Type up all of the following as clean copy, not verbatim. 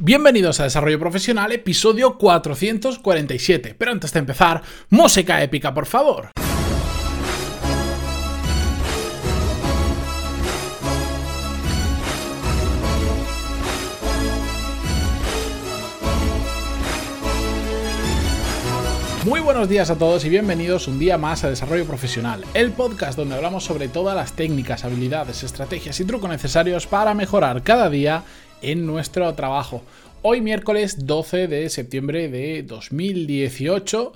Bienvenidos a Desarrollo Profesional, episodio 447. Pero antes de empezar, música épica, por favor. Muy buenos días a todos y bienvenidos un día más a Desarrollo Profesional, el podcast donde hablamos sobre todas las técnicas, habilidades, estrategias y trucos necesarios para mejorar cada día en nuestro trabajo. Hoy miércoles 12 de septiembre de 2018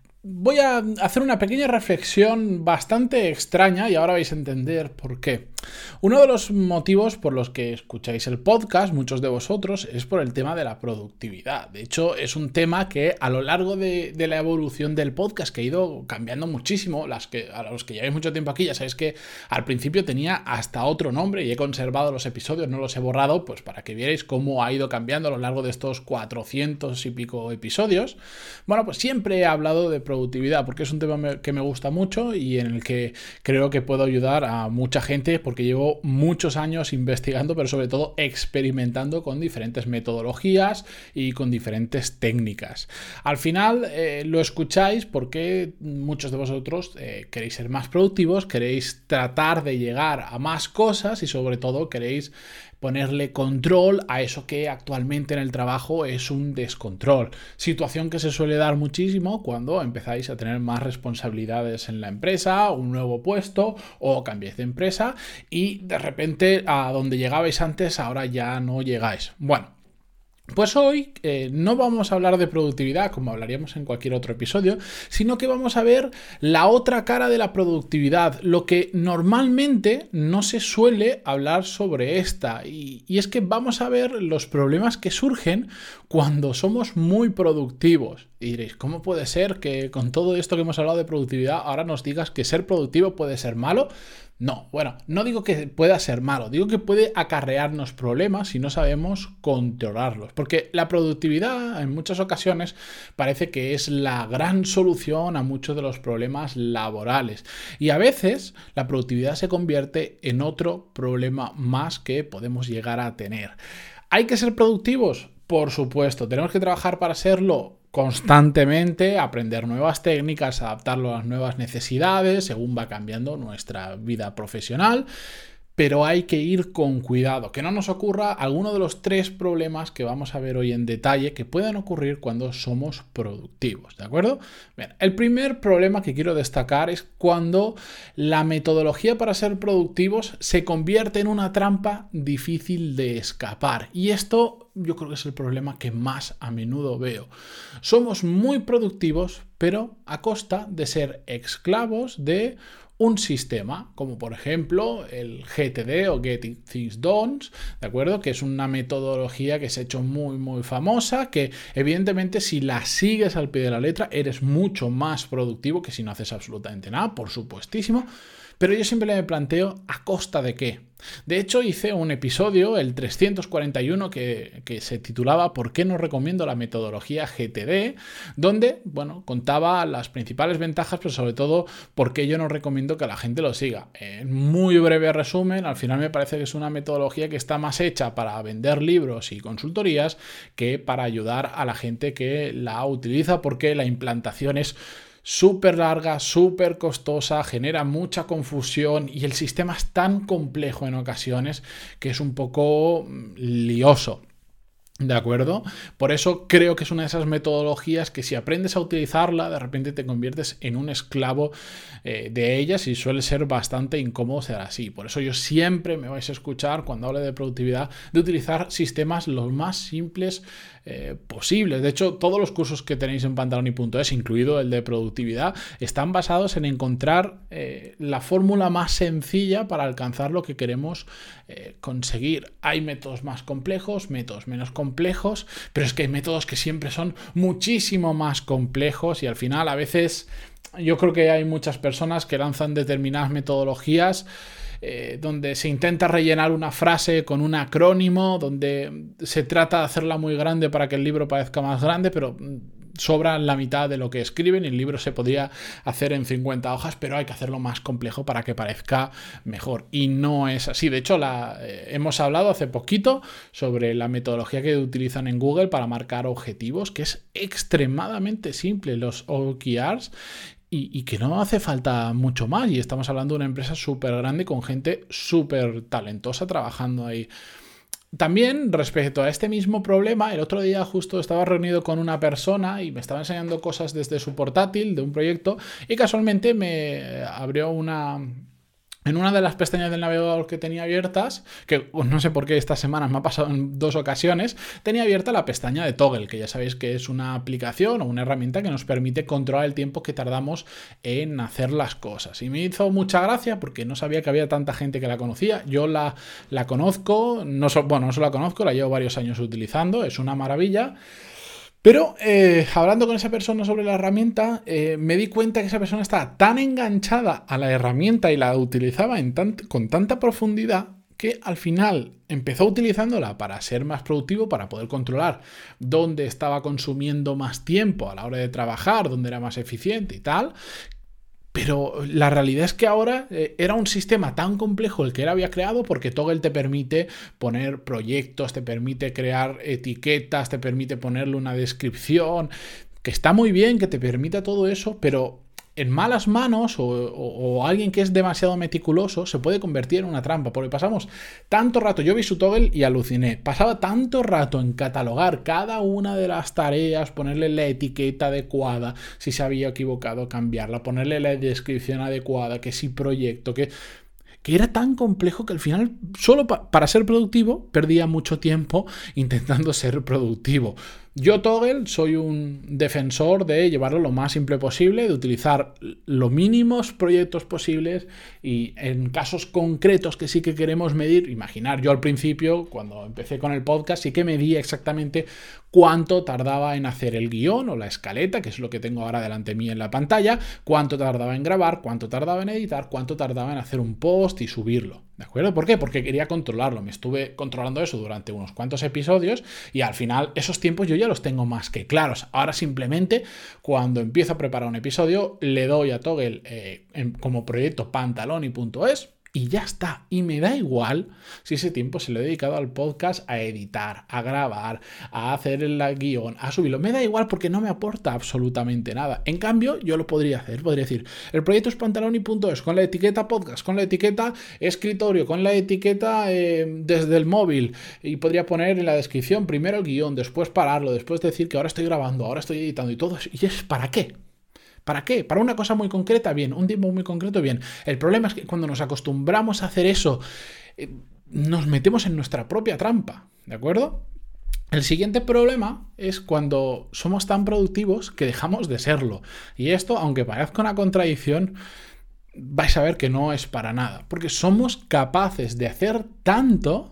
voy a hacer una pequeña reflexión bastante extraña y ahora vais a entender por qué. Uno de los motivos por los que escucháis el podcast, muchos de vosotros, es por el tema de la productividad. De hecho, es un tema que a lo largo de la evolución del podcast, que ha ido cambiando muchísimo, a los que lleváis mucho tiempo aquí, ya sabéis que al principio tenía hasta otro nombre y he conservado los episodios, no los he borrado, pues para que vierais cómo ha ido cambiando a lo largo de estos 400 y pico episodios. Bueno, pues siempre he hablado de productividad porque es un tema que me gusta mucho y en el que creo que puedo ayudar a mucha gente porque llevo muchos años investigando, pero sobre todo experimentando con diferentes metodologías y con diferentes técnicas. Al final lo escucháis porque muchos de vosotros queréis ser más productivos, queréis tratar de llegar a más cosas y sobre todo queréis ponerle control a eso que actualmente en el trabajo es un descontrol. Situación que se suele dar muchísimo cuando empezáis a tener más responsabilidades en la empresa, un nuevo puesto o cambiáis de empresa y de repente a donde llegabais antes ahora ya no llegáis. Bueno, pues hoy no vamos a hablar de productividad como hablaríamos en cualquier otro episodio, sino que vamos a ver la otra cara de la productividad, lo que normalmente no se suele hablar sobre esta. Y es que vamos a ver los problemas que surgen cuando somos muy productivos. Y diréis, ¿cómo puede ser que con todo esto que hemos hablado de productividad ahora nos digas que ser productivo puede ser malo? No, bueno, no digo que pueda ser malo, digo que puede acarrearnos problemas si no sabemos controlarlos. Porque la productividad en muchas ocasiones parece que es la gran solución a muchos de los problemas laborales. Y a veces la productividad se convierte en otro problema más que podemos llegar a tener. ¿Hay que ser productivos? Por supuesto, tenemos que trabajar para serlo constantemente, aprender nuevas técnicas, adaptarlo a las nuevas necesidades según va cambiando nuestra vida profesional, pero hay que ir con cuidado, que no nos ocurra alguno de los 3 problemas que vamos a ver hoy en detalle que pueden ocurrir cuando somos productivos, ¿de acuerdo? Bien, el primer problema que quiero destacar es cuando la metodología para ser productivos se convierte en una trampa difícil de escapar. Y esto yo creo que es el problema que más a menudo veo. Somos muy productivos, pero a costa de ser esclavos de un sistema, como por ejemplo el GTD o Getting Things Done, ¿de acuerdo? Que es una metodología que se ha hecho muy famosa, que evidentemente si la sigues al pie de la letra eres mucho más productivo que si no haces absolutamente nada, por supuestísimo. Pero yo siempre me planteo, ¿a costa de qué? De hecho, hice un episodio, el 341, que se titulaba ¿Por qué no recomiendo la metodología GTD? Donde, bueno, contaba las principales ventajas, pero sobre todo por qué yo no recomiendo que la gente lo siga. En muy breve resumen, al final me parece que es una metodología que está más hecha para vender libros y consultorías que para ayudar a la gente que la utiliza, porque la implantación es súper larga, súper costosa, genera mucha confusión y el sistema es tan complejo en ocasiones que es un poco lioso. ¿De acuerdo? Por eso creo que es una de esas metodologías que si aprendes a utilizarla, de repente te conviertes en un esclavo de ellas y suele ser bastante incómodo ser así. Por eso yo siempre me vais a escuchar cuando hable de productividad de utilizar sistemas los más simples posibles. De hecho, todos los cursos que tenéis en pantaloni.es, incluido el de productividad, están basados en encontrar la fórmula más sencilla para alcanzar lo que queremos conseguir. Hay métodos más complejos, métodos menos complejos, pero es que hay métodos que siempre son muchísimo más complejos y al final a veces yo creo que hay muchas personas que lanzan determinadas metodologías donde se intenta rellenar una frase con un acrónimo, donde se trata de hacerla muy grande para que el libro parezca más grande, pero sobra la mitad de lo que escriben y el libro se podría hacer en 50 hojas, pero hay que hacerlo más complejo para que parezca mejor. Y no es así. De hecho, hemos hablado hace poquito sobre la metodología que utilizan en Google para marcar objetivos, que es extremadamente simple, los OKRs, y que no hace falta mucho más. Y estamos hablando de una empresa súper grande con gente súper talentosa trabajando ahí. También respecto a este mismo problema, el otro día justo estaba reunido con una persona y me estaba enseñando cosas desde su portátil de un proyecto y casualmente me abrió en una de las pestañas del navegador que tenía abiertas, que no sé por qué esta semana me ha pasado en 2 ocasiones, tenía abierta la pestaña de Toggl, que ya sabéis que es una aplicación o una herramienta que nos permite controlar el tiempo que tardamos en hacer las cosas. Y me hizo mucha gracia porque no sabía que había tanta gente que la conocía. Yo la conozco, no solo la conozco, la llevo varios años utilizando, es una maravilla. Pero hablando con esa persona sobre la herramienta, me di cuenta que esa persona estaba tan enganchada a la herramienta y la utilizaba con tanta profundidad que al final empezó utilizándola para ser más productivo, para poder controlar dónde estaba consumiendo más tiempo a la hora de trabajar, dónde era más eficiente y tal. Pero la realidad es que ahora era un sistema tan complejo el que él había creado, porque Toggl te permite poner proyectos, te permite crear etiquetas, te permite ponerle una descripción, que está muy bien, que te permita todo eso, pero en malas manos o alguien que es demasiado meticuloso se puede convertir en una trampa, porque pasamos tanto rato, yo vi su Toggl y aluciné, pasaba tanto rato en catalogar cada una de las tareas, ponerle la etiqueta adecuada, si se había equivocado cambiarla, ponerle la descripción adecuada, que si proyecto, que era tan complejo que al final, solo para ser productivo, perdía mucho tiempo intentando ser productivo. Yo, Toggl, soy un defensor de llevarlo lo más simple posible, de utilizar los mínimos proyectos posibles y en casos concretos que sí que queremos medir, imaginar, yo al principio, cuando empecé con el podcast, sí que medía exactamente cuánto tardaba en hacer el guión o la escaleta, que es lo que tengo ahora delante mío en la pantalla, cuánto tardaba en grabar, cuánto tardaba en editar, cuánto tardaba en hacer un post y subirlo. ¿De acuerdo? ¿Por qué? Porque quería controlarlo. Me estuve controlando eso durante unos cuantos episodios y al final esos tiempos yo ya los tengo más que claros. Ahora simplemente cuando empiezo a preparar un episodio le doy a Toggl como proyecto pantaloni.es y ya está. Y me da igual si ese tiempo se lo he dedicado al podcast, a editar, a grabar, a hacer el guión, a subirlo. Me da igual porque no me aporta absolutamente nada. En cambio, yo lo podría hacer. Podría decir, el proyecto es pantaloni.es con la etiqueta podcast, con la etiqueta escritorio, con la etiqueta desde el móvil. Y podría poner en la descripción primero el guión, después pararlo, después decir que ahora estoy grabando, ahora estoy editando y todo eso. ¿Y es para qué? ¿Para qué? ¿Para una cosa muy concreta? Bien. ¿Un tiempo muy concreto? Bien. El problema es que cuando nos acostumbramos a hacer eso, nos metemos en nuestra propia trampa, ¿de acuerdo? El siguiente problema es cuando somos tan productivos que dejamos de serlo. Y esto, aunque parezca una contradicción, vais a ver que no es para nada. Porque somos capaces de hacer tanto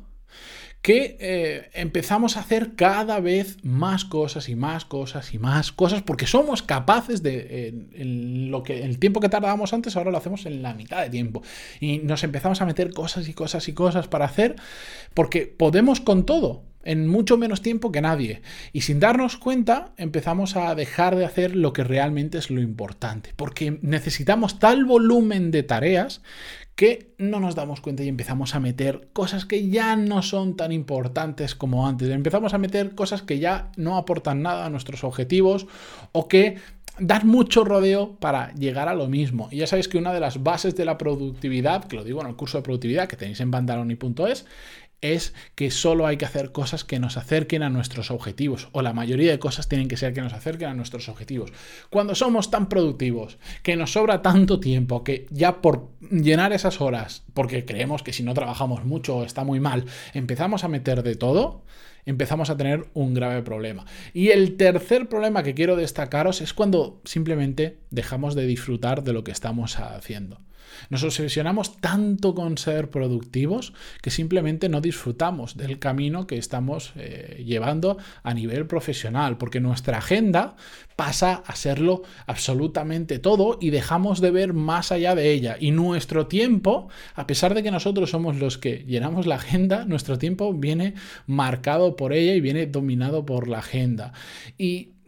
que empezamos a hacer cada vez más cosas y más cosas y más cosas, porque somos capaces de, el tiempo que tardábamos antes, ahora lo hacemos en la mitad de tiempo. Y nos empezamos a meter cosas y cosas y cosas para hacer, porque podemos con todo, en mucho menos tiempo que nadie. Y sin darnos cuenta, empezamos a dejar de hacer lo que realmente es lo importante, porque necesitamos tal volumen de tareas que no nos damos cuenta y empezamos a meter cosas que ya no son tan importantes como antes. Empezamos a meter cosas que ya no aportan nada a nuestros objetivos o que dan mucho rodeo para llegar a lo mismo. Y ya sabéis que una de las bases de la productividad, que lo digo en el curso de productividad que tenéis en pantaloni.es, es que solo hay que hacer cosas que nos acerquen a nuestros objetivos, o la mayoría de cosas tienen que ser que nos acerquen a nuestros objetivos. Cuando somos tan productivos, que nos sobra tanto tiempo, que ya por llenar esas horas, porque creemos que si no trabajamos mucho está muy mal, empezamos a meter de todo, empezamos a tener un grave problema. Y el tercer problema que quiero destacaros es cuando simplemente dejamos de disfrutar de lo que estamos haciendo. Nos obsesionamos tanto con ser productivos que simplemente no disfrutamos del camino que estamos llevando a nivel profesional, porque nuestra agenda pasa a serlo absolutamente todo y dejamos de ver más allá de ella. Y nuestro tiempo, a pesar de que nosotros somos los que llenamos la agenda, nuestro tiempo viene marcado por ella y viene dominado por la agenda. Y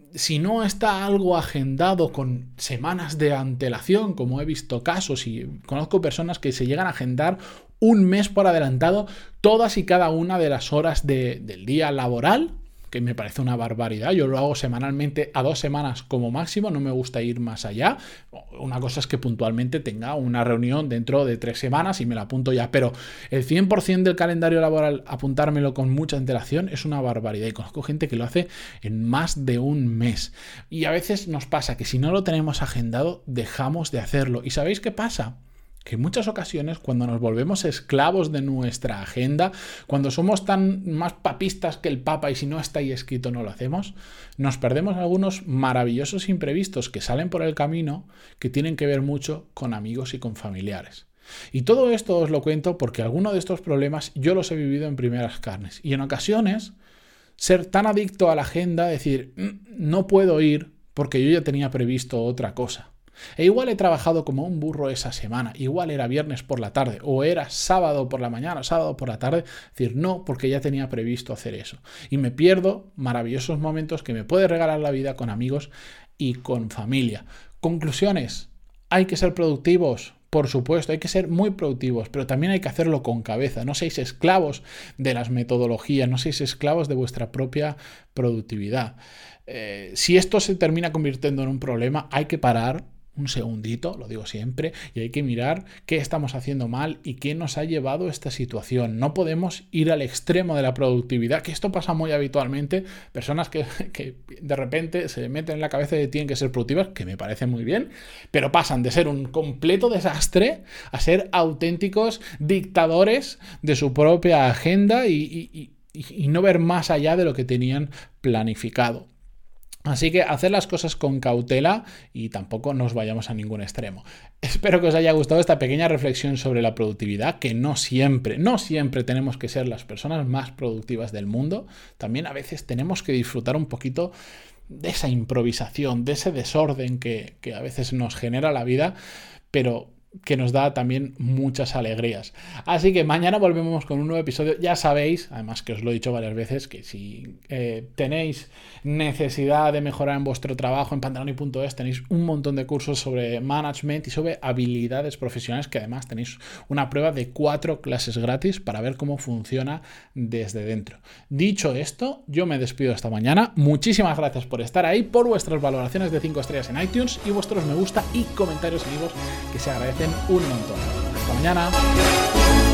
si no está algo agendado con semanas de antelación, como he visto casos y conozco personas que se llegan a agendar un mes por adelantado todas y cada una de las horas del día laboral, que me parece una barbaridad. Yo lo hago semanalmente a 2 semanas como máximo, no me gusta ir más allá. Una cosa es que puntualmente tenga una reunión dentro de 3 semanas y me la apunto ya, pero el 100% del calendario laboral, apuntármelo con mucha antelación, es una barbaridad. Y conozco gente que lo hace en más de un mes. Y a veces nos pasa que si no lo tenemos agendado, dejamos de hacerlo. ¿Y sabéis qué pasa? Que en muchas ocasiones, cuando nos volvemos esclavos de nuestra agenda, cuando somos tan más papistas que el Papa y si no está ahí escrito no lo hacemos, nos perdemos algunos maravillosos imprevistos que salen por el camino que tienen que ver mucho con amigos y con familiares. Y todo esto os lo cuento porque algunos de estos problemas yo los he vivido en primeras carnes. Y en ocasiones, ser tan adicto a la agenda, decir, no puedo ir porque yo ya tenía previsto otra cosa. E igual he trabajado como un burro esa semana, igual era viernes por la tarde o era sábado por la mañana o sábado por la tarde, decir no porque ya tenía previsto hacer eso. Y me pierdo maravillosos momentos que me puede regalar la vida con amigos y con familia. Conclusiones, ¿hay que ser productivos? Por supuesto, hay que ser muy productivos, pero también hay que hacerlo con cabeza. No seáis esclavos de las metodologías, no seáis esclavos de vuestra propia productividad. Si esto se termina convirtiendo en un problema, hay que parar un segundito, lo digo siempre, y hay que mirar qué estamos haciendo mal y qué nos ha llevado a esta situación. No podemos ir al extremo de la productividad, que esto pasa muy habitualmente. Personas que de repente se meten en la cabeza de que tienen que ser productivas, que me parece muy bien, pero pasan de ser un completo desastre a ser auténticos dictadores de su propia agenda y no ver más allá de lo que tenían planificado. Así que hacer las cosas con cautela y tampoco nos vayamos a ningún extremo. Espero que os haya gustado esta pequeña reflexión sobre la productividad, que no siempre tenemos que ser las personas más productivas del mundo. También a veces tenemos que disfrutar un poquito de esa improvisación, de ese desorden que a veces nos genera la vida, pero que nos da también muchas alegrías. Así que mañana volvemos con un nuevo episodio. Ya sabéis, además que os lo he dicho varias veces, que si tenéis necesidad de mejorar en vuestro trabajo, en Pantaloni.es tenéis un montón de cursos sobre management y sobre habilidades profesionales, que además tenéis una prueba de 4 clases gratis para ver cómo funciona desde dentro. Dicho esto, yo me despido hasta mañana. Muchísimas gracias por estar ahí, por vuestras valoraciones de 5 estrellas en iTunes y vuestros me gusta y comentarios en iVoox, que se agradecen un montón. Hasta mañana.